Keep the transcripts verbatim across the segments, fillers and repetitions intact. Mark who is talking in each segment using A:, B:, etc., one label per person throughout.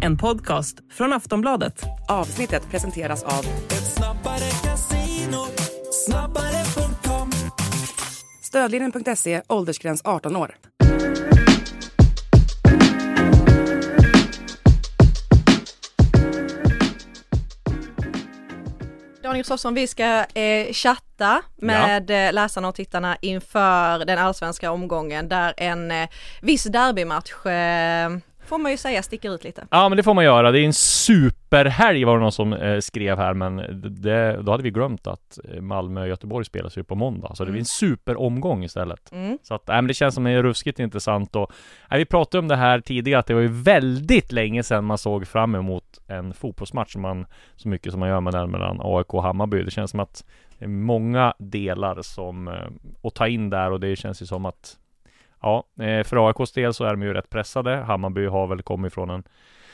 A: En podcast från Aftonbladet.
B: Avsnittet presenteras av
C: Ett snabbare casino, snabbare punkt com.
B: Stödlinjen punkt se, åldersgräns arton år.
D: Daniel Soffsson, vi ska eh, chatta med ja. läsarna och tittarna inför den allsvenska omgången där en eh, viss derbymatch eh, får man ju säga sticker ut lite.
E: Ja, men det får man göra. Det är en superhelg var det någon som eh, skrev här, men det, då hade vi glömt att Malmö och Göteborg spelas ju på måndag. Så det blir en superomgång istället. Mm. Så att, äh, men det känns som är ruskigt intressant. Och, äh, vi pratade om det här tidigare, att det var ju väldigt länge sedan man såg fram emot en fotbollsmatch som man, så mycket som man gör med den mellan A I K och Hammarby. Det känns som att det är många delar som eh, att ta in där, och det känns ju som att ja, för A I K:s del så är de ju rätt pressade. Hammarby har väl kommit från en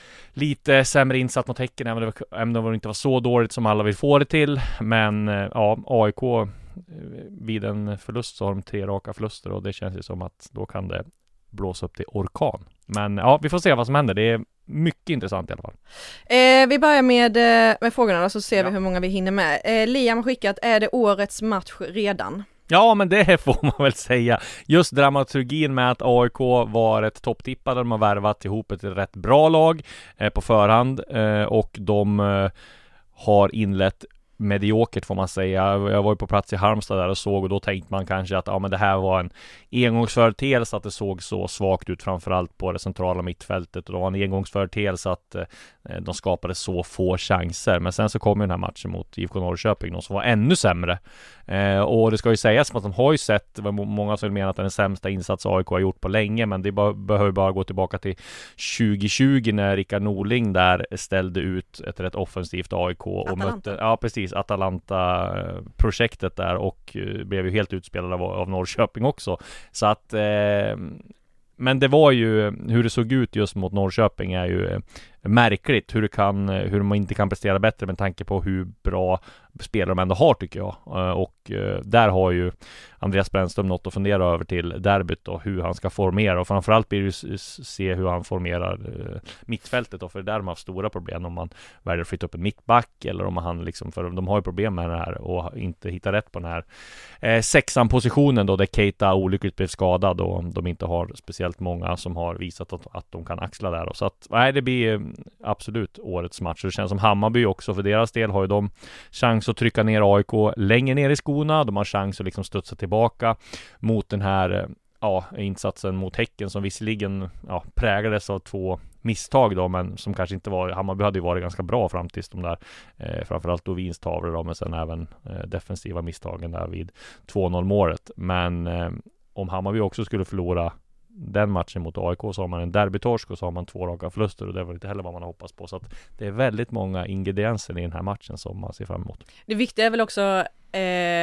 E: lite sämre insatt mot Häcken, även om det inte var så dåligt som alla vill få det till. Men ja, A I K vid en förlust så har de tre raka förluster, och det känns ju som att då kan det blåsa upp till orkan. Men ja, vi får se vad som händer. Det är mycket intressant i alla fall.
D: Eh, vi börjar med, med frågorna då, så ser ja. vi hur många vi hinner med. Eh, Liam har skickat, är det årets match redan?
E: Ja, men det får man väl säga. Just dramaturgin med att A I K var ett topptippade, de har värvat ihop ett rätt bra lag eh, på förhand eh, och de eh, har inlett mediokert får man säga. Jag var ju på plats i Halmstad där och såg, och då tänkte man kanske att ja, men det här var en engångsföreteelse att det såg så svagt ut, framförallt på det centrala mittfältet, och det var en engångsföreteelse att eh, de skapade så få chanser. Men sen så kom ju den här matchen mot I F K Norrköping, de som var ännu sämre. Eh, och det ska ju sägas att de har ju sett, många som menar att det är den sämsta insats A I K har gjort på länge, men det bara, behöver bara gå tillbaka till tjugo tjugo när Rickard Norling där ställde ut ett rätt offensivt A I K och
D: Atalanta.
E: mötte, ja precis, Atalanta-projektet där, och uh, blev ju helt utspelad av, av Norrköping också. Så att eh, men det var ju, hur det såg ut just mot Norrköping är ju eh, märkligt hur det kan, hur man inte kan prestera bättre med tanke på hur bra spelare de ändå har, tycker jag. Uh, och uh, där har ju Andreas Brännström något att fundera över till derbyt och hur han ska formera, och framförallt blir det ju se hur han formerar uh, mittfältet då, för där de har haft stora problem om man väljer att flytta upp en mittback, eller om han liksom, för de har ju problem med det här och inte hittar rätt på den här eh, sexan positionen då, där Keita olyckligt blev skadad och de inte har speciellt många som har visat att, att de kan axla där. Och så att, nej, det blir absolut årets match. Det känns som Hammarby också, för deras del har ju de chans att trycka ner A I K längre ner i skorna. De har chans att liksom studsa tillbaka mot den här ja, insatsen mot Häcken, som visserligen ja, präglades av två misstag då, men som kanske inte var, Hammarby hade ju varit ganska bra fram tills de där eh, framförallt då vinstavlor då, men sen även eh, defensiva misstagen där vid två noll målet. Men eh, om Hammarby också skulle förlora den matchen mot A I K så har man en derbytorsk och så har man två raka förluster, och det var inte heller vad man hoppas på. Så att det är väldigt många ingredienser i den här matchen som man ser fram emot. Det
D: viktiga är väl också eh,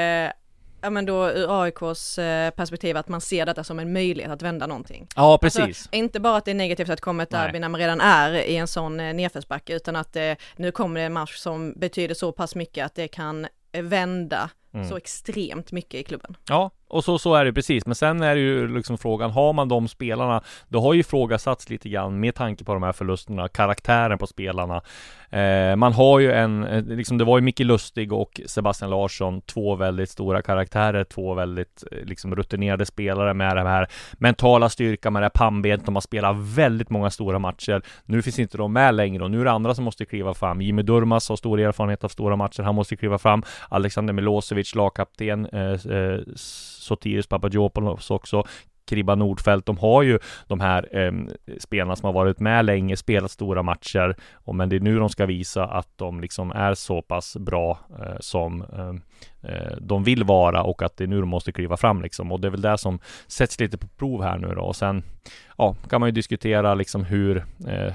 D: ja, men då ur A I K:s eh, perspektiv att man ser detta som en möjlighet att vända någonting.
E: Ja, precis.
D: Alltså, inte bara att det är negativt att komma ett derby när man redan är i en sån eh, nedförsbacke, utan att eh, nu kommer det en match som betyder så pass mycket att det kan eh, vända mm. så extremt mycket i klubben. Ja,
E: och så, så är det precis. Men sen är det ju liksom frågan, har man de spelarna, då har ju ifrågasatts lite grann med tanke på de här förlusterna, karaktären på spelarna. Eh, man har ju en, liksom det var ju Micke Lustig och Sebastian Larsson, två väldigt stora karaktärer, två väldigt liksom rutinerade spelare med det här mentala styrka, med det här pannbenet. De har spelat väldigt många stora matcher. Nu finns inte de med längre, och nu är det andra som måste kliva fram. Jimmy Durmaz har stor erfarenhet av stora matcher, han måste kliva fram. Alexander Milosevic, lagkapten, eh, eh, Sotiris Papagiopoulos också, Kribba Nordfeldt, de har ju de här eh, spelarna som har varit med länge, spelat stora matcher, och men det är nu de ska visa att de liksom är så pass bra eh, som eh, de vill vara, och att det är nu de måste kliva fram liksom. Och det är väl det som sätts lite på prov här nu då. Och sen ja, kan man ju diskutera liksom hur eh,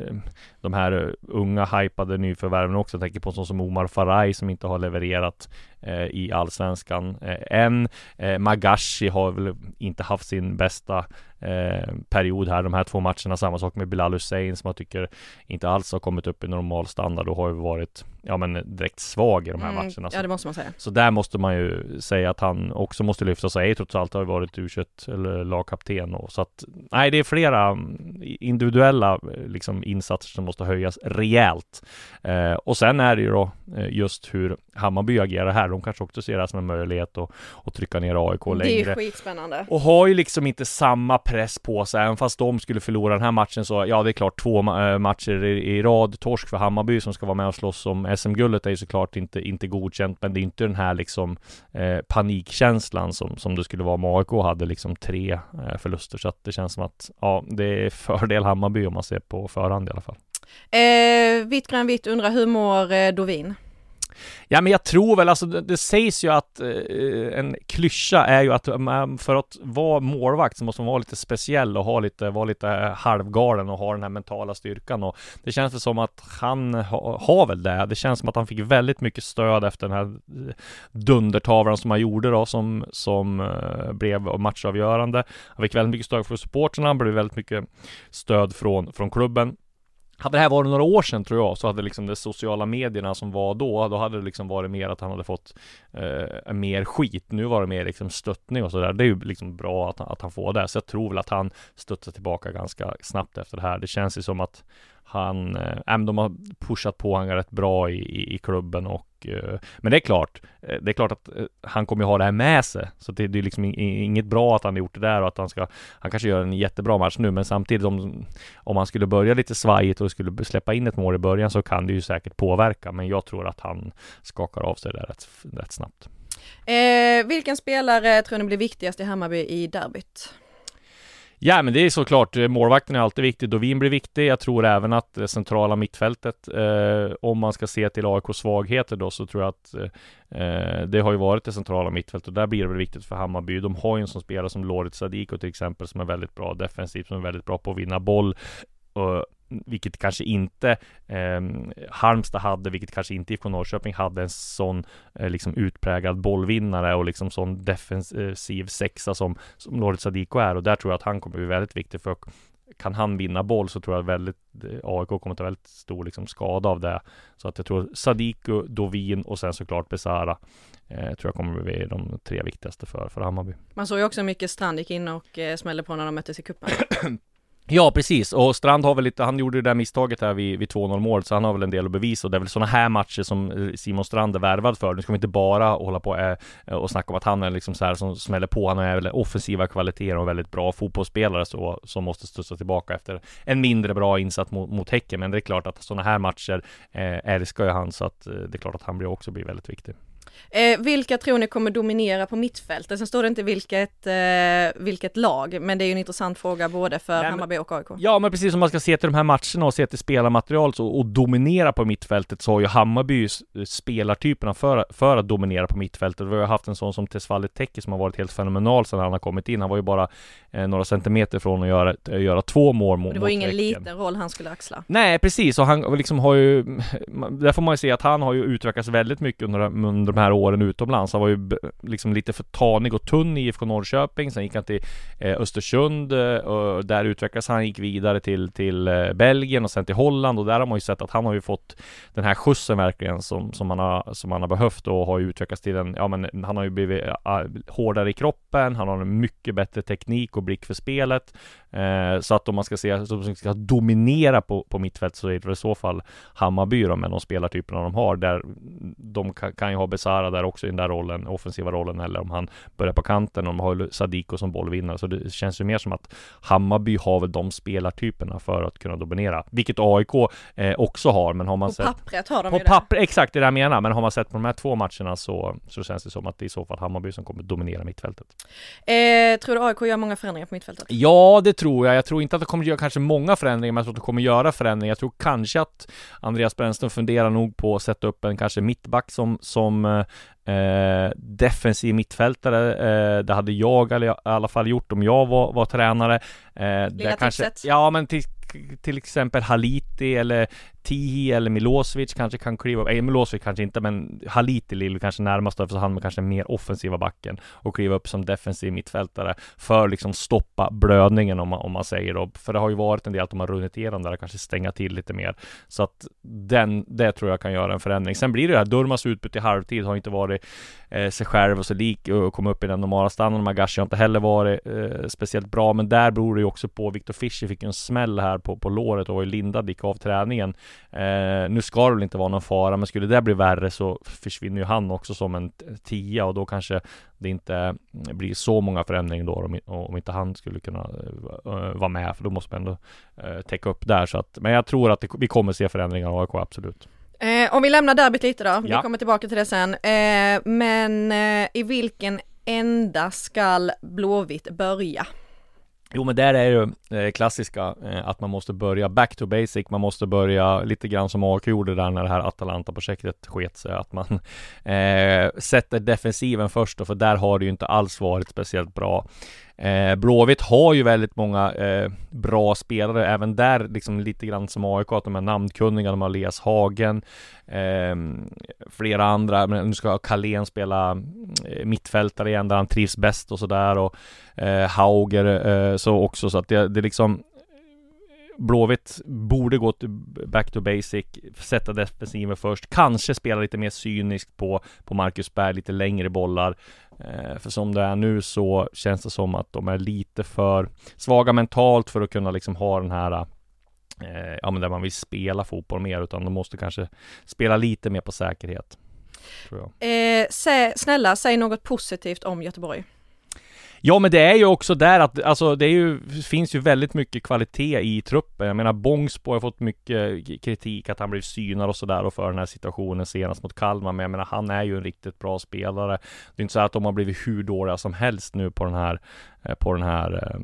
E: de här unga hypade nyförvärven också. Jag tänker på sånt som Omar Faraj som inte har levererat eh, i allsvenskan eh, än. Eh, Magashi har väl inte haft sin bästa eh, period här de här två matcherna. Samma sak med Bilal Hussein som jag tycker inte alls har kommit upp i normal standard och har ju varit ja, men direkt svag i de här mm, matcherna.
D: Ja, det måste man säga.
E: Så där måste man ju säga att han också måste lyfta sig. Trots allt har ju varit U tjugoett eller lagkapten. Och, så att, nej, det är flera individuella liksom, insatser som måste höjas rejält. Eh, och sen är det ju då just hur Hammarby agerar här. De kanske också ser det som en möjlighet att, att trycka ner A I K längre.
D: Det är skitspännande.
E: Och har ju liksom inte samma press på sig. Även fast de skulle förlora den här matchen så, ja det är klart två ma- matcher i, i rad. Torsk för Hammarby som ska vara med och slåss om S M-guldet är ju såklart inte, inte godkänt. Men det är inte den här liksom eh, panikkänslan som, som det skulle vara med A I K hade liksom tre eh, förluster. Så att det känns som att ja, det är fördel Hammarby om man ser på förhand i alla fall.
D: Eh, vitt grön vitt undrar hur mår eh, Dovin?
E: Ja, men jag tror väl, alltså det, det sägs ju att eh, en klyscha är ju att um, för att vara målvakt så måste man vara lite speciell och ha lite, vara lite halvgalen och ha den här mentala styrkan, och det känns väl som att han ha, har väl det. Det känns som att han fick väldigt mycket stöd efter den här dundertavlan som han gjorde då, som, som uh, blev matchavgörande. Han fick väldigt mycket stöd från supporterna, han blev väldigt mycket stöd från, från klubben. Hade det här varit några år sedan tror jag, så hade liksom de sociala medierna som var då, då hade det liksom varit mer att han hade fått eh, mer skit. Nu var det mer liksom stöttning och sådär. Det är ju liksom bra att, att han får det. Så jag tror väl att han stöttar tillbaka ganska snabbt efter det här. Det känns ju som att han, äh, de har pushat på han rätt bra i, i, i klubben och, äh, men det är klart det är klart att äh, han kommer ju ha det här med sig, så det, det är liksom inget bra att han har gjort det där och att han ska, han kanske gör en jättebra match nu, men samtidigt om, om han skulle börja lite svajigt och skulle släppa in ett mål i början så kan det ju säkert påverka, men jag tror att han skakar av sig där rätt, rätt snabbt.
D: Eh, vilken spelare tror ni blir viktigast i Hammarby i derbyt?
E: Ja, men det är såklart, målvakten är alltid viktig, Dovin blir viktig. Jag tror även att centrala mittfältet, eh, om man ska se till A I K:s svagheter då, så tror jag att eh, det har ju varit det centrala mittfältet och där blir det väl viktigt för Hammarby. De har ju en sån spelare som Lorit Sadiko till exempel som är väldigt bra defensivt, som är väldigt bra på att vinna boll, och vilket kanske inte eh, Halmstad hade, vilket kanske inte I F K Norrköping hade en sån eh, liksom utpräglad bollvinnare och liksom sån defensiv sexa som, som Lorit Sadiko är, och där tror jag att han kommer bli väldigt viktig, för kan han vinna boll så tror jag väldigt A I K kommer att ta väldigt stor liksom skada av det, så att jag tror Sadiko, Dovin och sen såklart Besara eh, tror jag kommer att bli de tre viktigaste för, för Hammarby.
D: Man såg ju också mycket Strand gick in och eh, smällde på när de möttes i kuppen.
E: Ja, precis. Och Strand har väl lite, han gjorde det där misstaget här vid, vid två noll mål, så han har väl en del att bevisa, och det är väl såna här matcher som Simon Strand är värvad för. Nu ska vi inte bara hålla på äh, och snacka om att han är liksom så här som smäller på. Han är väl offensiva kvaliteter och väldigt bra fotbollsspelare så, som måste studsa tillbaka efter en mindre bra insats mot, mot Häcken, men det är klart att såna här matcher äh, älskar ju han, så att äh, det är klart att han blir också blir väldigt viktig.
D: Eh, vilka tror ni kommer dominera på mittfältet? Sen står det inte vilket, eh, vilket lag, men det är ju en intressant fråga både för Nej, Hammarby och A I K.
E: Ja, men precis som man ska se till de här matcherna och se till spelarmaterial så, och dominera på mittfältet, så har ju Hammarby spelartyperna för, för att dominera på mittfältet. Vi har haft en sån som Tesfaye Teki som har varit helt fenomenal sedan han har kommit in. Han var ju bara eh, några centimeter från att göra, att göra två mål mot.
D: Det var ingen
E: Häcken.
D: liten roll han skulle axla.
E: Nej, precis. Och han liksom har ju, där får man ju se att han har ju utvecklats väldigt mycket under, under de här åren utomlands. Han var ju liksom lite för tanig och tunn i I F K Norrköping. Sen gick han till eh, Östersund och där utvecklades han, gick vidare till, till eh, Belgien och sen till Holland, och där har man ju sett att han har ju fått den här skjutsen verkligen som, som, han, har, som han har behövt, och har utvecklats till en, ja men han har ju blivit äh, hårdare i kroppen, han har en mycket bättre teknik och blick för spelet, eh, så att om man ska se så ska dominera på, på mittfält så är det i så fall Hammarby då, med de spelartyperna de har, där de kan, kan ju ha Besara där också i den där rollen, offensiva rollen, eller om han börjar på kanten, om de har Sadiko som bollvinnare, så det känns ju mer som att Hammarby har väl de spelartyperna för att kunna dominera, vilket A I K eh, också har, men har man
D: på
E: sett
D: pappret har de
E: på
D: ju
E: papper, exakt det där jag menar, men har man sett på de här två matcherna så, så känns det som att det är i så fall Hammarby som kommer dominera mittfältet.
D: Eh, tror du A I K gör många förändringar på mittfältet?
E: Ja, det tror jag. Jag tror inte att det kommer göra kanske många förändringar, men jag tror att det kommer göra förändringar. Jag tror kanske att Andreas Brännström funderar nog på att sätta upp en kanske mittback som, som Eh, defensiv mittfältare, eh, det hade jag eller i alla fall gjort om jag var, var tränare. Eh,
D: Lilla
E: kanske,
D: tipset.
E: ja, men till, till exempel Haliti eller Tihi eller Milosevic kanske kan kliva upp, nej Milosevic kanske inte, men Haliti kanske närmast, eftersom han med kanske mer offensiva backen och kliva upp som defensiv mittfältare för liksom stoppa blödningen om man, om man säger då, för det har ju varit en del att de har runnit igenom där och kanske stänga till lite mer, så att den, det tror jag kan göra en förändring. Sen blir det det här, Durmas utbyte i halvtid har inte varit eh, sig själv och så lik och komma upp i den normala standarden. Magashi har inte heller varit eh, speciellt bra, men där beror det ju också på Victor Fischer fick en smäll här på, på låret och var ju lindad, gick av träningen. Eh, nu ska det väl inte vara någon fara, men skulle det bli värre så försvinner ju han också som en tia, och då kanske det inte blir så många förändringar då om, om inte han skulle kunna uh, vara med, för då måste man ändå uh, täcka upp där, så att, men jag tror att det, vi kommer se förändringar av A I K, absolut.
D: Eh, om vi lämnar derbyt lite då, vi
E: ja.
D: kommer tillbaka till det sen, eh, men eh, i vilken ända ska Blåvitt börja?
E: Jo, men där är ju eh, klassiska eh, att man måste börja back to basic, man måste börja lite grann som A K gjorde där när det här Atalanta-projektet sket sig, att man eh, sätter defensiven först då, för där har det ju inte alls varit speciellt bra. Eh, Blåvitt har ju väldigt många eh, bra spelare, även där liksom lite grann som A I K, att de är namnkunniga, de har Elias Hagen, eh, flera andra, men nu ska Kalén spela eh, mittfältare igen där han trivs bäst och sådär, och eh, Hauger eh, så också, så att det, det liksom Blåvitt borde gå till back to basic, sätta defensiven först, kanske spela lite mer cyniskt på, på Marcus Berg, lite längre bollar. Eh, för som det är nu så känns det som att de är lite för svaga mentalt för att kunna liksom ha den här eh, ja, men där man vill spela fotboll mer, utan de måste kanske spela lite mer på säkerhet, tror jag.
D: Eh, sä, snälla, säg något positivt om Göteborg.
E: Ja, men det är ju också där att alltså, det är ju, finns ju väldigt mycket kvalitet i truppen. Jag menar, Bångsbo har fått mycket kritik att han blev synad och sådär och för den här situationen senast mot Kalmar, men jag menar, han är ju en riktigt bra spelare. Det är inte så att de har blivit hur dåliga som helst nu på den här på den här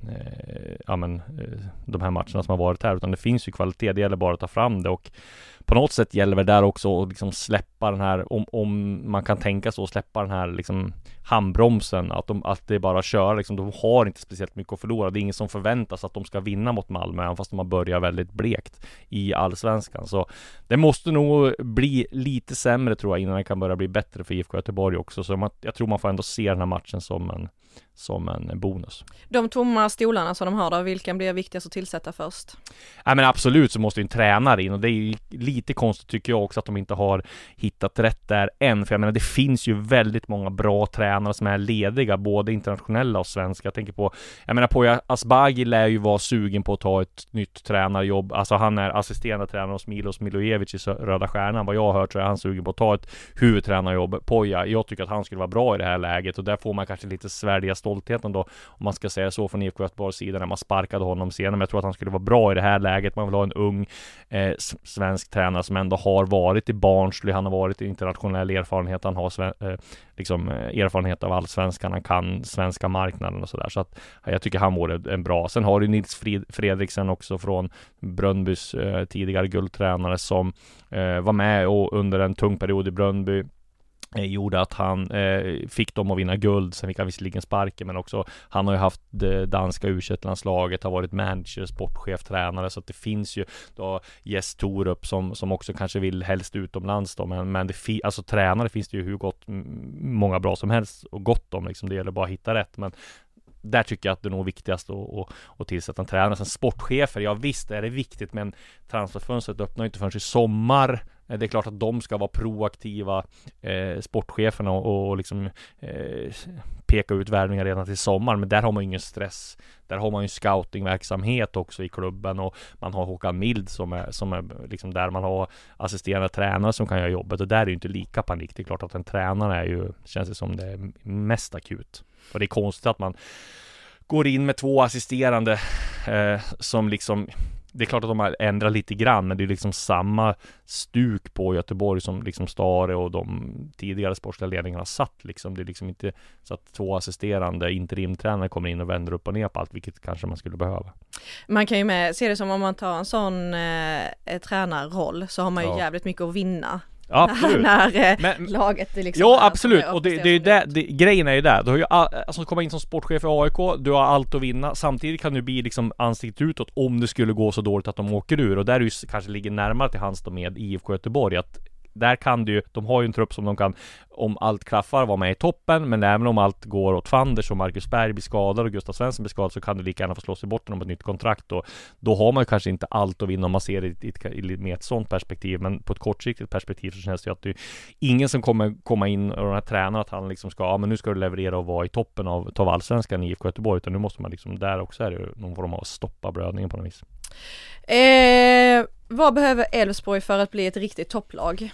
E: eh, ja men de här matcherna som har varit här, utan det finns ju kvalitet, det gäller bara att ta fram det, och på något sätt gäller det där också att liksom släppa den här, om, om man kan tänka så, släppa den här liksom handbromsen, att, de, att det bara kör liksom, de har inte speciellt mycket att förlora, det är ingen som förväntas att de ska vinna mot Malmö, även fast de har börjat väldigt blekt i allsvenskan, så det måste nog bli lite sämre tror jag innan det kan börja bli bättre för I F K Göteborg också, så man, jag tror man får ändå se den här matchen som en som en bonus.
D: De tomma stolarna som de har då, vilken blir viktigast att tillsätta först?
E: Ja, men absolut så måste ju en tränare in, och det är ju lite konstigt tycker jag också att de inte har hittat rätt där än, för jag menar det finns ju väldigt många bra tränare som är lediga, både internationella och svenska. Jag tänker på, jag menar Poya Asbaghi lär ju vara sugen på att ta ett nytt tränarjobb, alltså han är assisterande tränare hos Milos Milojevic i Röda Stjärnan, vad jag har hört så är han sugen på att ta ett huvudtränarjobb. Poya, jag tycker att han skulle vara bra i det här läget, och där får man kanske lite svärdiga stoltheten då, om man ska säga så, från I F K Göteborgs sida när man sparkade honom senare, men jag tror att han skulle vara bra i det här läget. Man vill ha en ung eh, svensk tränare som ändå har varit i Barnsley, han har varit i internationell erfarenhet, han har eh, liksom eh, erfarenhet av allsvenskan, han kan svenska marknaden och sådär, så att eh, jag tycker han vore en bra. Sen har du Nils Frid- Fredriksen också från Brönnbys eh, tidigare guldtränare som eh, var med och under en tung period i Brönnby gjorde att han eh, fick dem att vinna guld. Sen fick han visserligen sparken, men också han har ju haft det danska U tjugoett-landslaget, har varit manager, sportchef, tränare, så att det finns ju då Jess Torup som, som också kanske vill helst utomlands då, men, men det fi- alltså tränare finns det ju hur gott många bra som helst och gott om liksom, det gäller bara att hitta rätt, men där tycker jag att det är nog viktigast att, att, att tillsätta en tränare. Sen sportchefer, ja visst är det viktigt, men transferfönstret öppnar ju inte förrän i sommar. Det är klart att de ska vara proaktiva eh, sportcheferna och, och liksom eh, peka ut värvningar redan till sommar, men där har man ju ingen stress. Där har man ju scoutingverksamhet också i klubben, och man har Håkan Mild som är, som är liksom där man har assisterande tränare som kan göra jobbet, och där är det ju inte lika panik. Det är klart att en tränare är ju, känns det som det är mest akut. Och det är konstigt att man går in med två assisterande eh, som liksom, det är klart att de har ändrat lite grann, men det är liksom samma stuk på Göteborg som liksom Stare och de tidigare sportsliga ledningarna satt liksom. Det är liksom inte så att två assisterande interimtränare kommer in och vänder upp och ner på allt, vilket kanske man skulle behöva.
D: Man kan ju med se det som om man tar en sån eh, tränarroll, så har man ju ja. jävligt mycket att vinna.
E: absolut.
D: när eh,
E: Men,
D: laget är liksom...
E: ja,
D: där,
E: absolut.
D: som är
E: Och det, det är ju
D: uppställt.
E: det, det, grejen är ju där. Du har ju all, alltså komma in som sportchef i A I K, du har allt att vinna. Samtidigt kan du bli liksom ansiktet utåt om det skulle gå så dåligt att de åker ur. Och där är ju kanske ligger närmare till hands då med I F K Göteborg, att där kan du ju, de har ju en trupp som de kan, om allt klaffar, vara med i toppen, men även om allt går åt fanders och Marcus Berg blir skadad och Gustav Svensson blir skadad, så kan du lika gärna få slå sig bort om ett nytt kontrakt, och då har man ju kanske inte allt att vinna om man ser det i ett, i, med ett sånt perspektiv, men på ett kortsiktigt perspektiv så känns det ju att det är ingen som kommer komma in och den här tränaren att han liksom ska, ja men nu ska du leverera och vara i toppen av, av allsvenskan i I F K Göteborg, utan nu måste man liksom, där också är det någon form av stoppa blödningen på något vis.
D: Eh, vad behöver Elfsborg för att bli ett riktigt topplag?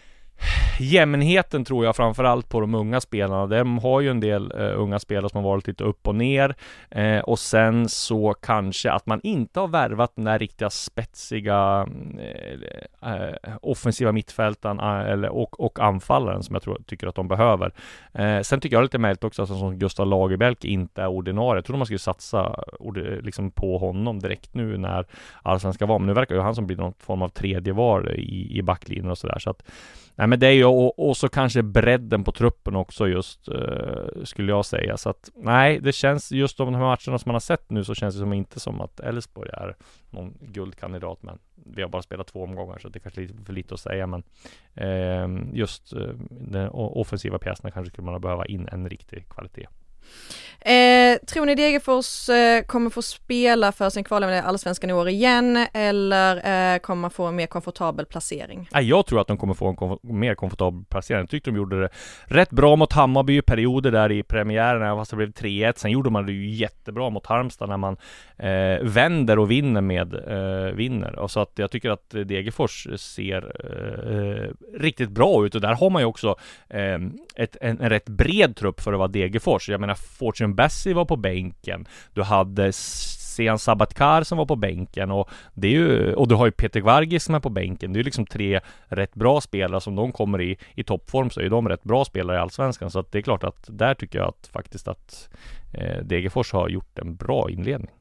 E: Jämnheten tror jag framförallt på de unga spelarna. De har ju en del uh, unga spelare som har varit lite upp och ner. Eh, och sen så kanske att man inte har värvat den där riktiga spetsiga uh, uh, offensiva mittfältan uh, eller, och, och anfallaren som jag tror, tycker att de behöver. Eh, sen tycker jag lite märkt också att som Gustav Lagerbielke inte är ordinarie. Jag tror man skulle satsa ord, liksom på honom direkt nu när allsvenskan var. Men nu verkar ju han som blir någon form av tredje var i, i backlinjen och sådär. Så att nej, men det är ju, och, och så kanske bredden på truppen också just, uh, skulle jag säga. Så att, nej, det känns just de här matcherna som man har sett nu, så känns det som inte som att Elfsborg är någon guldkandidat, men vi har bara spelat två omgångar så det är kanske lite för lite att säga, men uh, just uh, den offensiva pjäserna kanske skulle man behöva in en riktig kvalitet.
D: Eh, tror ni Degerfors eh, kommer få spela för sin kvalöverlevnad i allsvenskan i år igen, eller eh, kommer man få en mer komfortabel placering?
E: Nej, jag tror att de kommer få en komfort- mer komfortabel placering. Jag tyckte de gjorde det rätt bra mot Hammarby i perioder där i premiären, fast det blev tre ett. Sen gjorde man det ju jättebra mot Halmstad när man eh, vänder och vinner med eh, vinner. Och så att jag tycker att Degerfors ser eh, riktigt bra ut, och där har man ju också eh, ett, en, en rätt bred trupp för att vara Degerfors. Jag menar, Fortune Bessie var på bänken. Du hade Sean Sabatkar som var på bänken, och det är ju, och du har ju Peter Vargis som är på bänken. Det är ju liksom tre rätt bra spelare som de kommer i i toppform, så är de rätt bra spelare i allsvenskan. Så att det är klart att där tycker jag att faktiskt att eh, Degerfors har gjort en bra inledning.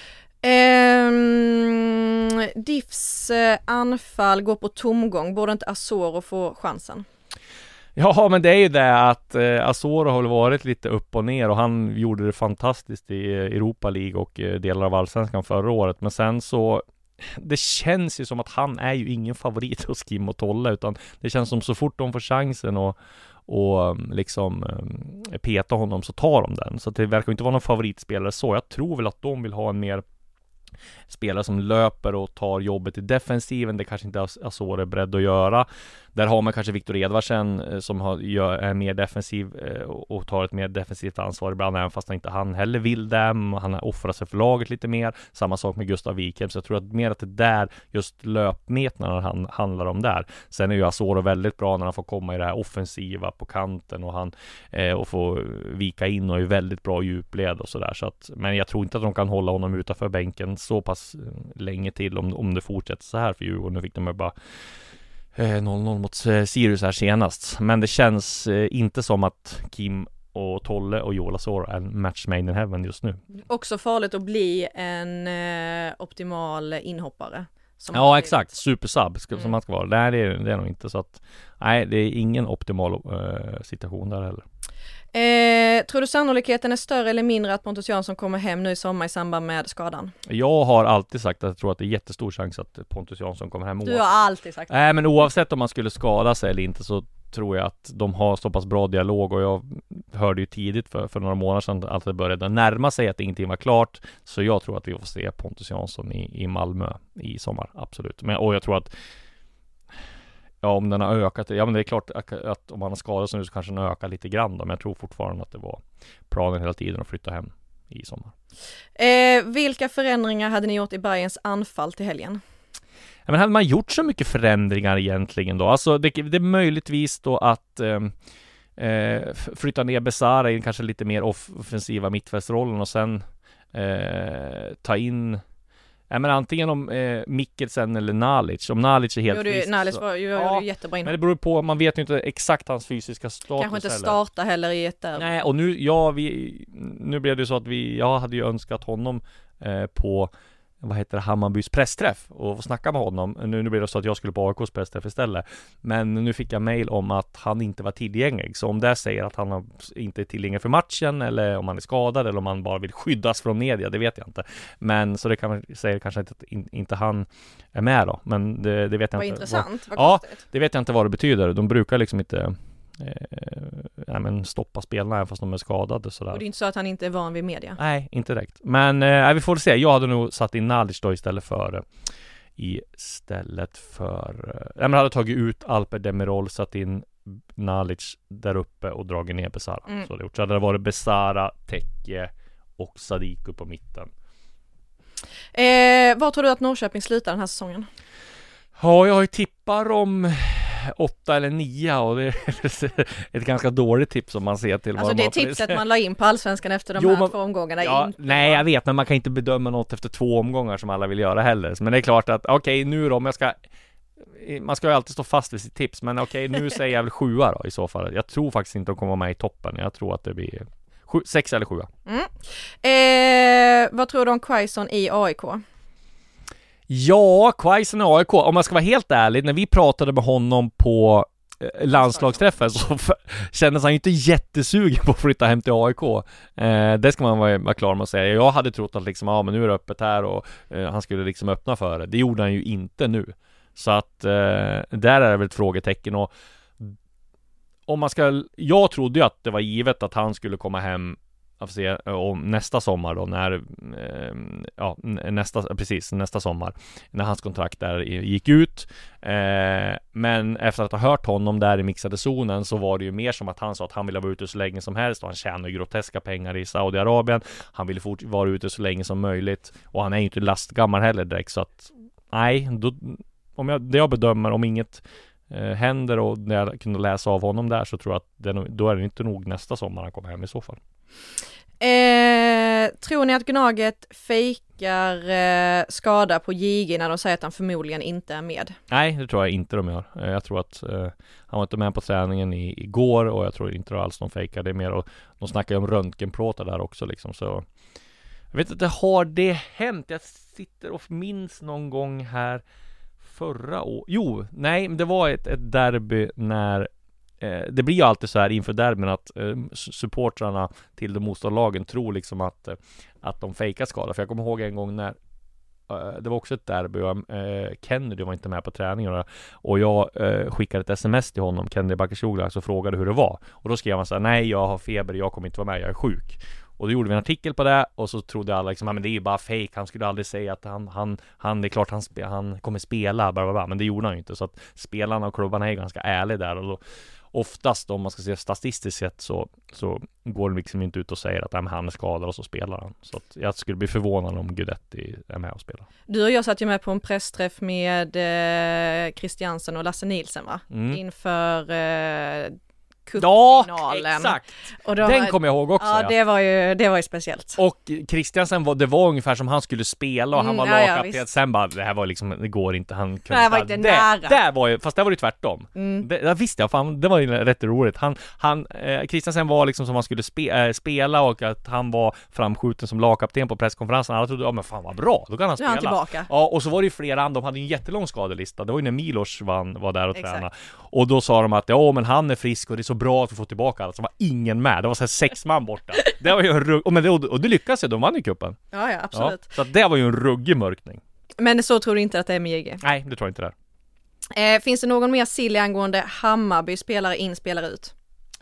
D: Um, D I Fs eh, anfall går på tomgång. Borde inte Asoro få chansen?
E: Ja, men det är ju det att eh, Asoro har varit lite upp och ner, och han gjorde det fantastiskt i Europa League och eh, delar av allsvenskan förra året. Men sen så, det känns ju som att han är ju ingen favorit hos Kim och Tolle, utan det känns som så fort de får chansen och, och liksom eh, peta honom så tar de den. Så det verkar inte vara någon favoritspelare så. Jag tror väl att de vill ha en mer spelare som löper och tar jobbet i defensiven. Det kanske inte Asoro är beredd att göra. Där har man kanske Viktor Edvardsen som har, gör, är mer defensiv eh, och tar ett mer defensivt ansvar ibland, även fast han inte han heller vill det. Han har offrat sig för laget lite mer. Samma sak med Gustav Wikhem. Så jag tror att mer att det där just löpmetnaderna han handlar om där. Sen är ju Asoro väldigt bra när han får komma i det här offensiva på kanten, och han eh, och får vika in och är väldigt bra djupled och sådär. Så att, men jag tror inte att de kan hålla honom utanför bänken så pass länge till om, om det fortsätter så här för Djurgården. Nu fick de bara noll noll mot Sirius här senast. Men det känns eh, inte som att Kim och Tolle och Joel Asoro är en match made in heaven just nu.
D: Också farligt att bli en eh, optimal inhoppare. Som
E: ja, exakt. Supersub ska,
D: mm.
E: som man ska vara. Nej, det är det är nog inte. Så att, nej, det är ingen optimal eh, situation där heller.
D: Eh, tror du sannolikheten är större eller mindre att Pontus Jansson kommer hem nu i sommar i samband med skadan?
E: Jag har alltid sagt att jag tror att det är jättestor chans att Pontus Jansson kommer hem.
D: Du har alltid sagt det.
E: Nej, men oavsett om man skulle skada sig eller inte, så tror jag att de har så pass bra dialog, och jag hörde ju tidigt för, för några månader sedan att det började närma sig att ingenting var klart. Så jag tror att vi får se Pontus Jansson i, i Malmö i sommar, absolut. Men, och jag tror att ja, om den har ökat, ja men det är klart att, att om man har skadat sig nu så kanske den ökar lite grann då, men jag tror fortfarande att det var planen hela tiden att flytta hem i sommar.
D: Eh, vilka förändringar hade ni gjort i Bayerns anfall till helgen?
E: Ja, men hade man gjort så mycket förändringar egentligen då? Alltså det, det är möjligtvis då att eh, eh, flytta ner Besara i kanske lite mer offensiva mittfältsrollen, och sen eh, ta in ja, men antingen om eh, Mikkelsen eller Nalic. Om Nalic är helt
D: jo, du,
E: frisk.
D: Nalic
E: så,
D: var ju
E: ja,
D: jättebra in.
E: men det beror på, man vet ju inte exakt hans fysiska status.
D: Kanske inte
E: heller.
D: starta heller i ett där.
E: Nej, och nu, ja, vi, nu blev det så att vi, jag hade ju önskat honom eh, på vad heter det, Hammarbys pressträff och snacka med honom. Nu, nu blir det så att jag skulle på A I K:s pressträff istället. Men nu fick jag mejl om att han inte var tillgänglig. Så om det säger att han har, inte är tillgänglig för matchen, eller om han är skadad, eller om han bara vill skyddas från media, det vet jag inte. Men så det kan man säga kanske att in, inte han är med då. Men det, det vet jag
D: vad
E: inte.
D: Intressant, vad
E: ja,
D: konstigt.
E: det vet jag inte vad det betyder. De brukar liksom inte eh, ja, men stoppa spelarna även fast de är skadade. Sådär.
D: Och det är inte så att han inte är van vid media.
E: Nej, inte direkt. Men eh, vi får se. Jag hade nog satt in Nalic då istället för istället för eh, jag hade tagit ut Alper Demirol, satt in Nalic där uppe och dragit ner Besara.
D: Mm.
E: Så det gjort. Så hade det varit Besara, Tekke och Sadiku på mitten.
D: Eh, vad tror du att Norrköping slutar den här säsongen?
E: Ja, jag har ju tippar om åtta eller nio och det är ett ganska dåligt tips om man ser till
D: Alltså
E: vad
D: det
E: de
D: är
E: har för
D: tipset man la in på Allsvenskan efter de
E: Jo,
D: här
E: man-
D: två omgångarna.
E: Ja,
D: in.
E: nej, jag vet, men man kan inte bedöma något efter två omgångar som alla vill göra heller. Men det är klart att, okej, okay, nu då, om jag ska... Man ska ju alltid stå fast vid sitt tips, men okej, okay, nu säger jag väl sjua då i så fall. Jag tror faktiskt inte de kommer vara med i toppen. Jag tror att det blir sju, sex eller sjua.
D: Mm. Eh, vad tror du om Quaison i A I K?
E: Ja, Quaison i A I K. Om man ska vara helt ärlig, när vi pratade med honom på landslagsträffen så kändes han ju inte jättesugen på att flytta hem till A I K. Eh, det ska man vara, vara klar med att säga. Jag hade trott att liksom, ja, men nu är det öppet här och eh, han skulle liksom öppna för det. Det gjorde han ju inte nu. Så att eh, där är det väl ett frågetecken. Och om man ska, jag trodde ju att det var givet att han skulle komma hem att se om nästa sommar då när eh, ja nästa precis nästa sommar när hans kontrakt där gick ut, eh, men efter att ha hört honom där i mixade zonen så var det ju mer som att han sa att han ville vara ute så länge som helst och han tjänar ju groteska pengar i Saudiarabien. Han ville fort vara ute så länge som möjligt och han är ju inte lastgammal heller direkt, så att nej, då, om jag, det jag bedömer, om inget eh, händer och när jag kunde läsa av honom där, så tror jag att det, då är det inte nog nästa sommar han kommer hem i så fall.
D: Eh, tror ni att Gnaget fejkar eh, skada på J G när de säger att han förmodligen inte är med?
E: Nej, det tror jag inte de gör. Eh, jag tror att eh, han var inte med på träningen i, igår och jag tror inte alls de fejkar det mer. Och de snackar ju om röntgenplåtar där också liksom, så jag vet inte, har det hänt? Jag sitter och minns någon gång här förra året. Jo, nej, det var ett, ett derby när det blir ju alltid så här inför derbyn att eh, supportrarna till de motståndarlagen tror liksom att, eh, att de fejkar skada. För jag kommer ihåg en gång när eh, det var också ett derby och eh, Kennedy var inte med på träningen och jag eh, skickade ett sms till honom, Kennedy Bakashoglu, så frågade hur det var. Och då skrev han så här: nej, jag har feber, jag kommer inte vara med, jag är sjuk. Och då gjorde vi en artikel på det och så trodde alla liksom, men det är ju bara fake, han skulle aldrig säga att han, han, han det är klart han, spe, han kommer spela, bla bla bla, men det gjorde han ju inte. Så att spelarna och klubbarna är ganska ärliga där och då oftast om man ska se statistiskt sett så, så går det liksom inte ut och säger att han är skadad och så spelar han. Så att jag skulle bli förvånad om Gudetti är med och spelar.
D: Du och jag satt ju med på en pressträff med eh, Christiansen och Lasse Nielsen, va?
E: Mm.
D: Inför eh,
E: Ja,
D: cupfinalen.
E: exakt!
D: Och då,
E: Den kommer jag ihåg också.
D: Ja,
E: ja.
D: det var ju, det var ju speciellt.
E: Och Christiansen var, det var ungefär som han skulle spela och han
D: Mm,
E: var
D: ja,
E: lagkapten.
D: ja,
E: Sen bara, det här var liksom, det går inte, han kunde
D: Det här var inte
E: det,
D: nära.
E: Där var ju, fast det var ju tvärtom.
D: Mm.
E: Det, det visste jag, fan, det var ju rätt roligt. Han, han, eh, Christiansen var liksom som han skulle spe, äh, spela och att han var framskjuten som lagkapten på presskonferensen. Alla trodde, ja men fan vad bra, då kan han
D: Nu är han
E: spela.
D: tillbaka.
E: Ja, och så var det ju flera andra, de hade ju en jättelång skadelista. Det var ju när Milos vann, var där och
D: Exakt.
E: tränade. Och då sa de att, ja men han är frisk och det är så bra att vi får tillbaka alla. Så var ingen med, det var så här sex man borta. Det var ju en rugg, och, men det, och det lyckades ju, de vann ju kuppen.
D: Ja, ja, absolut.
E: Ja, så att det var ju en ruggig mörkning.
D: Men så tror du inte att det är med J G?
E: Nej, det tror jag inte det är.
D: Eh, finns det någon mer silly angående Hammarby spelare in, spelare ut?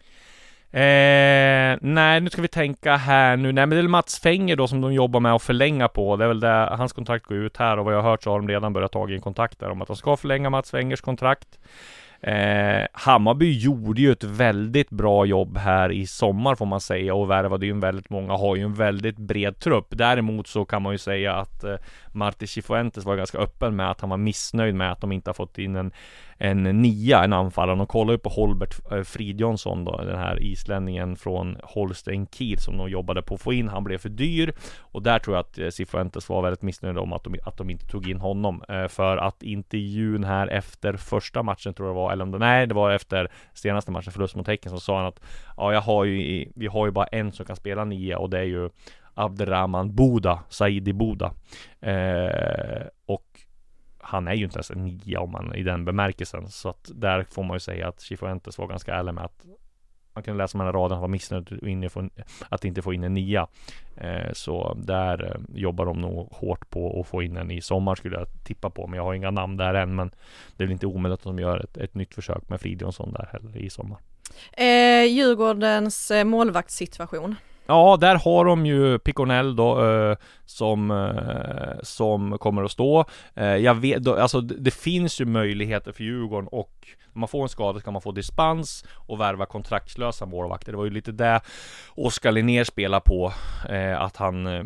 E: Eh, nej, nu ska vi tänka här nu. Nej, men det är Mats Fenger då som de jobbar med att förlänga på. Det är väl där hans kontrakt går ut här och vad jag har hört så har de redan börjat ta in kontakt där om att de ska förlänga Mats Fengers kontrakt. Eh, Hammarby gjorde ju ett väldigt bra jobb här i sommar får man säga och värvade ju en väldigt många, har ju en väldigt bred trupp. Däremot så kan man ju säga att eh, Marti Cifuentes var ganska öppen med att han var missnöjd med att de inte har fått in en, en nia, en anfallare. Och kollar ju på Holbert eh, Fridjonsson då, den här islänningen från Holstein Kiel som de jobbade på att få in. Han blev för dyr och där tror jag att eh, Cifuentes var väldigt missnöjd om att de, att de inte tog in honom eh, för att intervjun här efter första matchen tror jag var, eller om det, nej det var efter senaste matchen, förlust mot Häcken, så sa han att ja, jag har ju, vi har ju bara en som kan spela nia och det är ju Abderrahman Buda, Saidi Buda. Eh, och han är ju inte ens en nia om man i den bemärkelsen. Så att där får man ju säga att Cifuentes var ganska ärlig med att man kunde läsa mellan raden, han var missnöjd att inte få in en nia. Eh, så där eh, jobbar de nog hårt på att få in en i sommar, skulle jag tippa på. Men jag har inga namn där än, men det är väl inte omöjligt att de gör ett, ett nytt försök med Fridjonsson där heller i sommar.
D: Eh, Djurgårdens eh, målvaktssituation.
E: Ja, där har de ju Piconell då, eh, som, eh, som kommer att stå. Eh, jag vet, då, alltså det finns ju möjligheter för Djurgården, och när man får en skada så kan man få dispens och värva kontraktslösa målvakter. Det var ju lite det Oskar Linnér spelar på, eh, att han eh,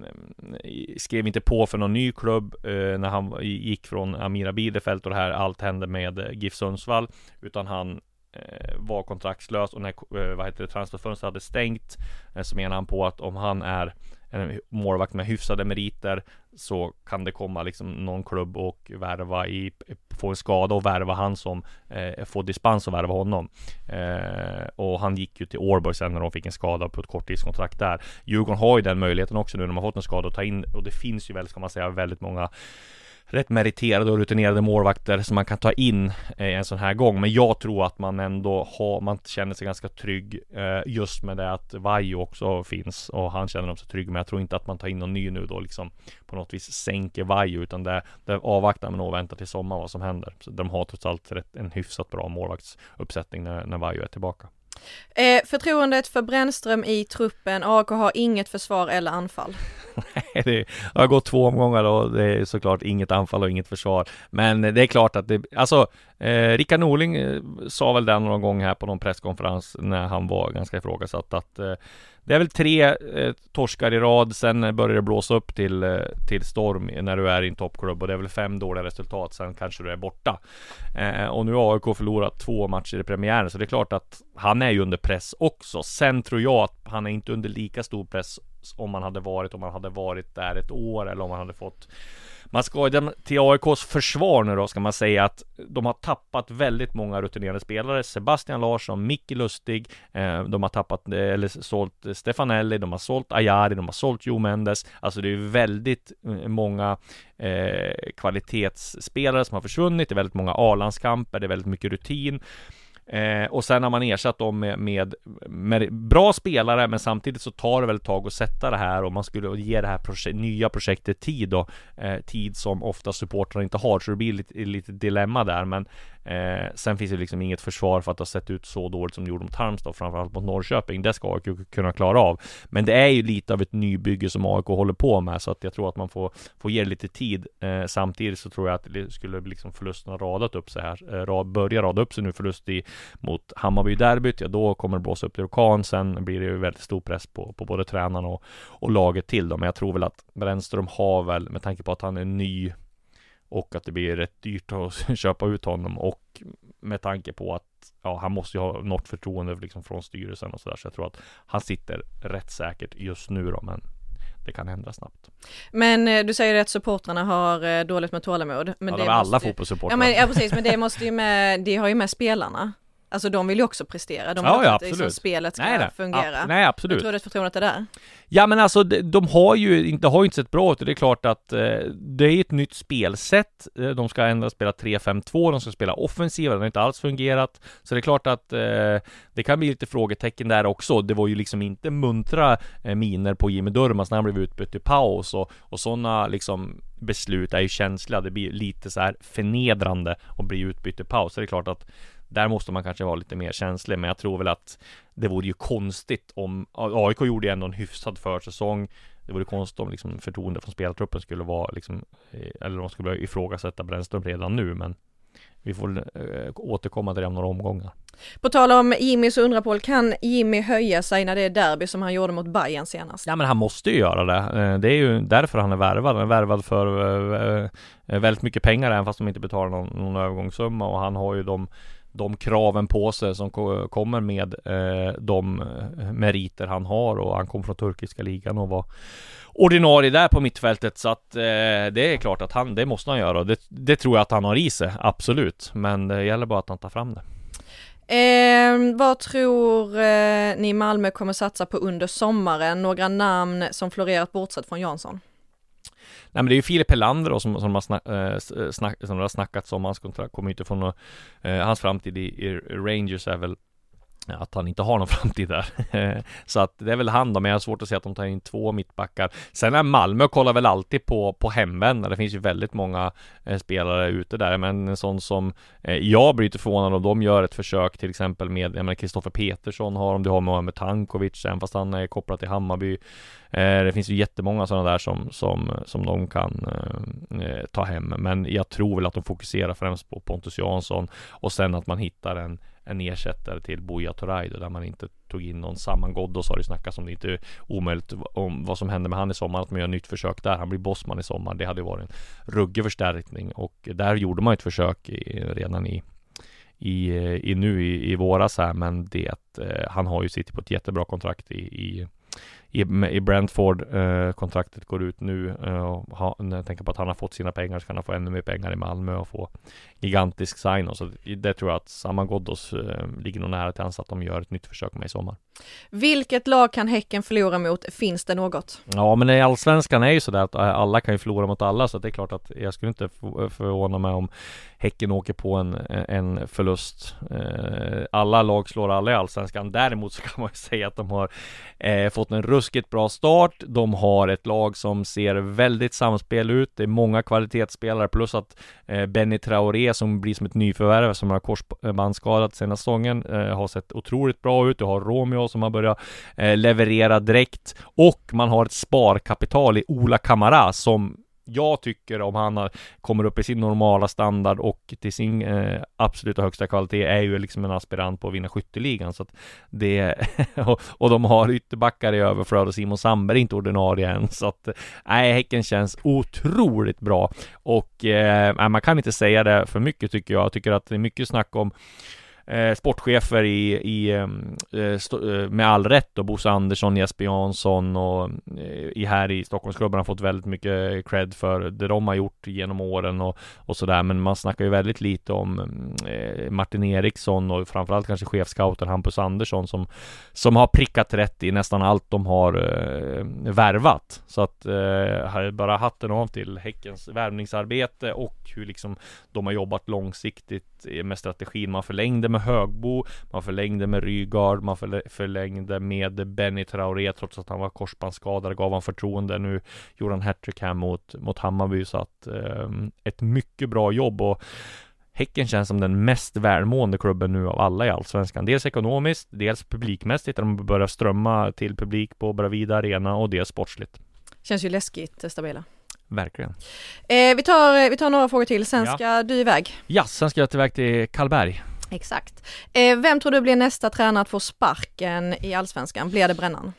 E: skrev inte på för någon ny klubb eh, när han gick från Amira Bielefeld och det här allt hände med GIF Sundsvall, utan han var kontraktslös, och när vad heter det, transferfönstret hade stängt, så menar han på att om han är en målvakt med hyfsade meriter så kan det komma liksom någon klubb och värva i, få en skada och värva han som eh, får dispens och värva honom. Eh, och han gick ju till Årborg sen när de fick en skada på ett korttidskontrakt där. Djurgården har ju den möjligheten också nu när de har fått en skada att ta in, och det finns ju väl, ska man säga, väldigt många rätt meriterade och rutinerade målvakter som man kan ta in eh, en sån här gång. Men jag tror att man ändå har, man känner sig ganska trygg eh, just med det att Vaiho också finns, och han känner sig trygg. Men jag tror inte att man tar in någon ny nu då liksom på något vis sänker Vaiho, utan det, det avvaktar man och väntar till sommar vad som händer. Så de har trots allt rätt, en hyfsat bra målvaktsuppsättning när, när Vaiho är tillbaka.
D: Eh, förtroendet för Brännström i truppen. A I K har inget försvar eller anfall.
E: Nej, det har gått två omgångar och det är såklart inget anfall och inget försvar. Men det är klart att det, alltså eh, Rickard Norling eh, sa väl den någon gång här på någon presskonferens när han var ganska ifrågasatt att eh, det är väl tre eh, torskar i rad, sen börjar det blåsa upp till, eh, till storm när du är i en toppklubb, och det är väl fem dåliga resultat, sen kanske du är borta. Eh, och nu har A I K förlorat två matcher i premiären, så det är klart att han är ju under press också. Sen tror jag att han är inte under lika stor press om man hade varit, om man hade varit där ett år, eller om man hade fått. Man ska till A I K:s försvar nu då, ska man säga att de har tappat väldigt många rutinerade spelare. Sebastian Larsson, Micke Lustig, eh, de har tappat eller sålt Stefanelli, de har sålt Ayari, de har sålt Jo Mendes. Alltså det är väldigt många eh, kvalitetsspelare som har försvunnit. Det är väldigt många A-landskamper, det är väldigt mycket rutin. Eh, och sen har man ersatt dem med, med, med bra spelare, men samtidigt så tar det väl ett tag att sätta det här, och man skulle ge det här projek- nya projektet tid då, eh, tid som ofta supportrar inte har, så det blir lite, lite dilemma där. Men eh, sen finns det liksom inget försvar för att ha sett ut så dåligt som det gjorde mot Halmstad, framförallt mot Norrköping. Det ska A I K kunna klara av, men det är ju lite av ett nybygge som A I K håller på med, så att jag tror att man får, får ge det lite tid. eh, samtidigt så tror jag att det skulle liksom förlusterna radat upp sig här, eh, rad, börja rada upp sig nu, förlust i mot Hammarby-derbyt, ja då kommer det blåsa upp till orkan. Sen blir det ju väldigt stor press på, på både tränarna och, och laget till dem. Men jag tror väl att Brännström har väl, med tanke på att han är ny och att det blir rätt dyrt att köpa ut honom, och med tanke på att ja, han måste ju ha något förtroende liksom från styrelsen och sådär, så jag tror att han sitter rätt säkert just nu då, men det kan hända snabbt.
D: Men eh, du säger att supportrarna har eh, dåligt med tålamod. Men
E: ja,
D: det
E: är alla
D: måste...
E: fotbollssupportrar.
D: Ja, men, ja, precis, men det måste ju med, det har ju med spelarna. Alltså de vill ju också prestera. De vill
E: ja,
D: att
E: ja,
D: liksom,
E: absolut.
D: spelet ska
E: nej, nej.
D: fungera.
E: Ja, nej, absolut.
D: Jag tror att förtroendet är där.
E: Ja, men alltså de, de har ju inte, har ju inte sett bra ut. Det är klart att eh, det är ett nytt spelsätt. De ska ändra spela tre fem två, de ska spela offensiva, det har inte alls fungerat. Så det är klart att eh, det kan bli lite frågetecken där också. Det var ju liksom inte muntra eh, miner på Jimmy Durmaz när han blev utbytt i paus, och, och sådana liksom beslut är ju känsliga. Det blir lite så här förnedrande att bli utbytt i paus. Så det är klart att där måste man kanske vara lite mer känslig, men jag tror väl att det vore ju konstigt om A I K gjorde ändå en hyfsad försäsong. Det vore konstigt om liksom förtroende från spelartruppen skulle vara liksom, eller de skulle ifrågasätta Brännström redan nu, men vi får äh, återkomma till det om några omgångar.
D: På tal om Jimmy så undrar Paul, kan Jimmy höja sig när det är derby som han gjorde mot Bayern senast? Ja,
E: men han måste ju göra det. Det är ju därför han är värvad. Han är värvad för äh, väldigt mycket pengar, även fast de inte betalar någon, någon övergångssumma, och han har ju de de kraven på sig som ko- kommer med eh, de meriter han har, och han kom från turkiska ligan och var ordinarie där på mittfältet, så att eh, det är klart att han, det måste han göra, och det, det tror jag att han har i sig, absolut, men det gäller bara att han tar fram det.
D: Eh, vad tror eh, ni Malmö kommer satsa på under sommaren? Några namn som florerat bortsett från Jansson?
E: Nej, men det är ju Filip Helander då, som, som, har snack, eh, snack, som har snackats om. Hans kontrakt kommer inte från någon, eh, hans framtid i, i Rangers är väl att han inte har någon framtid där. Så att det är väl han då, men jag har svårt att säga att de tar in två mittbackar. Sen är Malmö kollar väl alltid på, på hemvända. Det finns ju väldigt många eh, spelare ute där, men en sån som eh, jag blir inte förvånad om de gör ett försök till exempel med, jag menar Kristoffer Petersson har de, du har Mohamed Tankovic, även fast han är kopplad till Hammarby. Eh, det finns ju jättemånga sådana där som, som, som de kan eh, ta hem, men jag tror väl att de fokuserar främst på Pontus Jansson och sen att man hittar en en ersättare till Buya Toraido där man inte tog in någon Saman Ghoddos, har det snackats om det inte är omöjligt om vad som händer med han i sommar, att man gör ett nytt försök där. Han blir bossman i sommar. Det hade varit en ruggig förstärkning och där gjorde man ett försök i, redan i i, i nu i, i våras här, men det eh, han har ju sitt på ett jättebra kontrakt i, i I, i Brentford, eh, kontraktet går ut nu eh, och ha, när jag tänker på att han har fått sina pengar så kan han få ännu mer pengar i Malmö och få gigantisk sign och så det tror jag att Saman Ghoddos eh, ligger nog nära till hans att de gör ett nytt försök med i sommar.
D: Vilket lag kan Häcken förlora mot? Finns det något?
E: Ja, men i Allsvenskan är ju sådär att alla kan ju förlora mot alla, så det är klart att jag skulle inte förvåna mig om Häcken åker på en, en förlust. Eh, alla lag slår alla i Allsvenskan. Däremot så kan man ju säga att de har eh, fått en ruskigt bra start. De har ett lag som ser väldigt samspel ut. Det är många kvalitetsspelare plus att eh, Benny Traoré som blir som ett nyförvärv som har korsbandsskadat senaste säsongen eh, har sett otroligt bra ut. Du har Romeo som har börjat eh, leverera direkt och man har ett sparkapital i Ola Kamara som jag tycker, om han kommer upp i sin normala standard och till sin eh, absoluta högsta kvalitet, är ju liksom en aspirant på att vinna skytteligan. Så att det, och, och de har ytterbackar i överflöd och Simon Sandberg är inte ordinarie än. Så att nej, Häcken känns otroligt bra. Och eh, man kan inte säga det för mycket tycker jag. Jag tycker att det är mycket snack om Eh, sportchefer i, i eh, st- med all rätt och Bosse Andersson, Jesper Jansson och eh, i här i Stockholmsklubben har fått väldigt mycket cred för det de har gjort genom åren och, och sådär, men man snackar ju väldigt lite om eh, Martin Eriksson och framförallt kanske chefscouten Hampus Andersson som, som har prickat rätt i nästan allt de har eh, värvat, så att eh, har bara hatten av till Häckens värvningsarbete och hur liksom de har jobbat långsiktigt med strategin. Man förlängde med Högbo, man förlängde med Rygaard, man förlängde med Benny Traoré trots att han var korsbandsskadad, gav han förtroende. Nu gjorde han hattrick här mot, mot Hammarby, så att eh, ett mycket bra jobb och Häcken känns som den mest välmående klubben nu av alla i Allsvenskan. Dels ekonomiskt, dels publikmässigt där de börjar strömma till publik på Bravida Arena och dels sportsligt.
D: Känns ju läskigt stabila.
E: Verkligen.
D: Eh, vi, tar, vi tar några frågor till, sen ska
E: ja.
D: du iväg.
E: Ja, sen ska jag tillväg till Karlberg.
D: Exakt. Eh, vem tror du blir nästa tränare att få sparken i Allsvenskan? Blir det Brännan?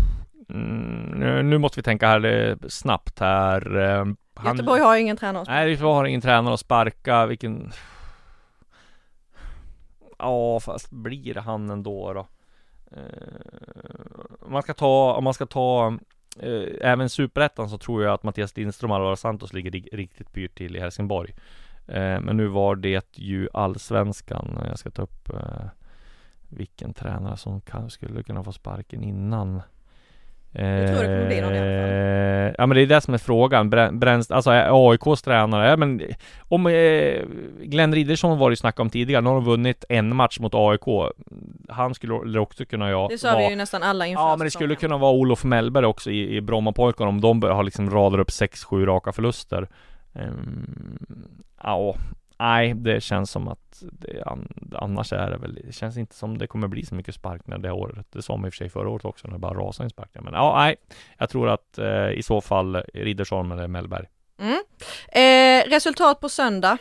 E: Mm, nu, nu måste vi tänka här snabbt här.
D: Han... Göteborg har ingen tränare.
E: Nej, Göteborg har ingen tränare att sparka. Vilken... Ja, fast blir det han ändå då? Eh, man ska ta, om man ska ta eh, även Superettan, så tror jag att Mattias Lindström och Alvaro Santos ligger riktigt pyrt till i Helsingborg. Eh, men nu var det ju Allsvenskan. Jag ska ta upp eh, vilken tränare som kan, skulle kunna få sparken innan.
D: Jag tror det kommer bli någon i alla fall.
E: Ja, men det är det som är frågan. Bränns, alltså A I K:s tränare, ja, men om eh, Glenn Riddersson var det ju snackat om tidigare, nu har de vunnit en match mot A I K. Han skulle också kunna ja,
D: det sa vi ju nästan alla inför.
E: Ja, men det skulle kunna vara Olof Mellberg också i, i Brommapojkarna om de har liksom radar upp sex sju raka förluster. Um, ja, nej, det känns som att det, annars är det väl, det känns inte som det kommer bli så mycket sparkningar det året. Det sa man i och för sig förra året också när det bara rasade in sparkningar. Men ja, nej, jag tror att eh, i så fall Riddersholm eller Mellberg.
D: Mm. Eh, resultat på söndag?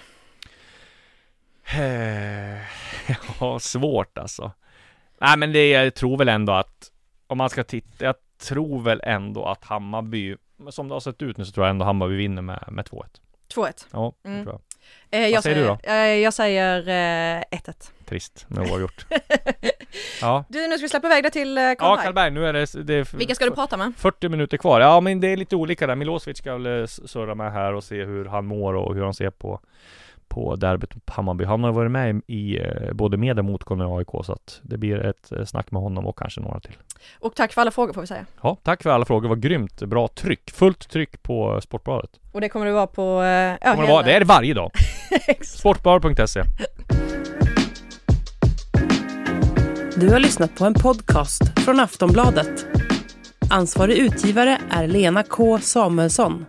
E: Ja, svårt alltså. Nej, men det, jag tror väl ändå att om man ska titta, jag tror väl ändå att Hammarby, som det har sett ut nu, så tror jag ändå Hammarby vinner med, med två ett.
D: två ett?
E: Ja,
D: mm.
E: det tror jag.
D: Eh, jag
E: Vad säger
D: säger,
E: du då?
D: Eh, jag säger eh, ett ett.
E: Trist, men oavgjort. Ja.
D: Du, nu ska vi släppa iväg det till eh, Karlberg.
E: Ja, Karlberg, nu är det, det är
D: Vilka ska du prata med?
E: fyrtio minuter kvar. Ja, men det är lite olika där. Milosevic ska väl surra med här och se hur han mår och hur han ser på på derbyt på Hammarby. Han har varit med i, i både med och motgående A I K, så att det blir ett snack med honom och kanske några till.
D: Och tack för alla frågor får vi säga.
E: Ja, tack för alla frågor. Det var grymt bra tryck. Fullt tryck på Sportbladet.
D: Och det kommer det vara på... Ja,
E: kommer det, vara, det är det varje dag. Sportbladet punkt se.
A: Du har lyssnat på en podcast från Aftonbladet. Ansvarig utgivare är Lena K. Samuelsson.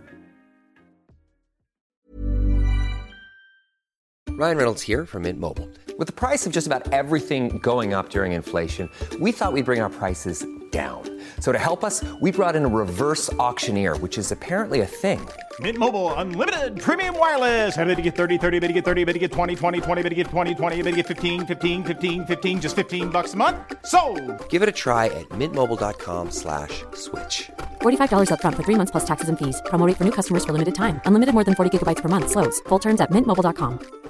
F: Ryan Reynolds here from Mint Mobile. With the price of just about everything going up during inflation, we thought we'd bring our prices down. So to help us, we brought in a reverse auctioneer, which is apparently a thing.
G: Mint Mobile Unlimited Premium Wireless. How to get thirty, thirty, how to get thirty, how to get twenty, twenty, twenty, how to get twenty, twenty, how to get fifteen, fifteen, fifteen, fifteen, just fifteen bucks a month? Sold!
F: Give it a try at mintmobile.com slash switch.
H: forty-five dollars up front for three months plus taxes and fees. Promo rate for new customers for limited time. Unlimited more than forty gigabytes per month. Slows full terms at mint mobile dot com.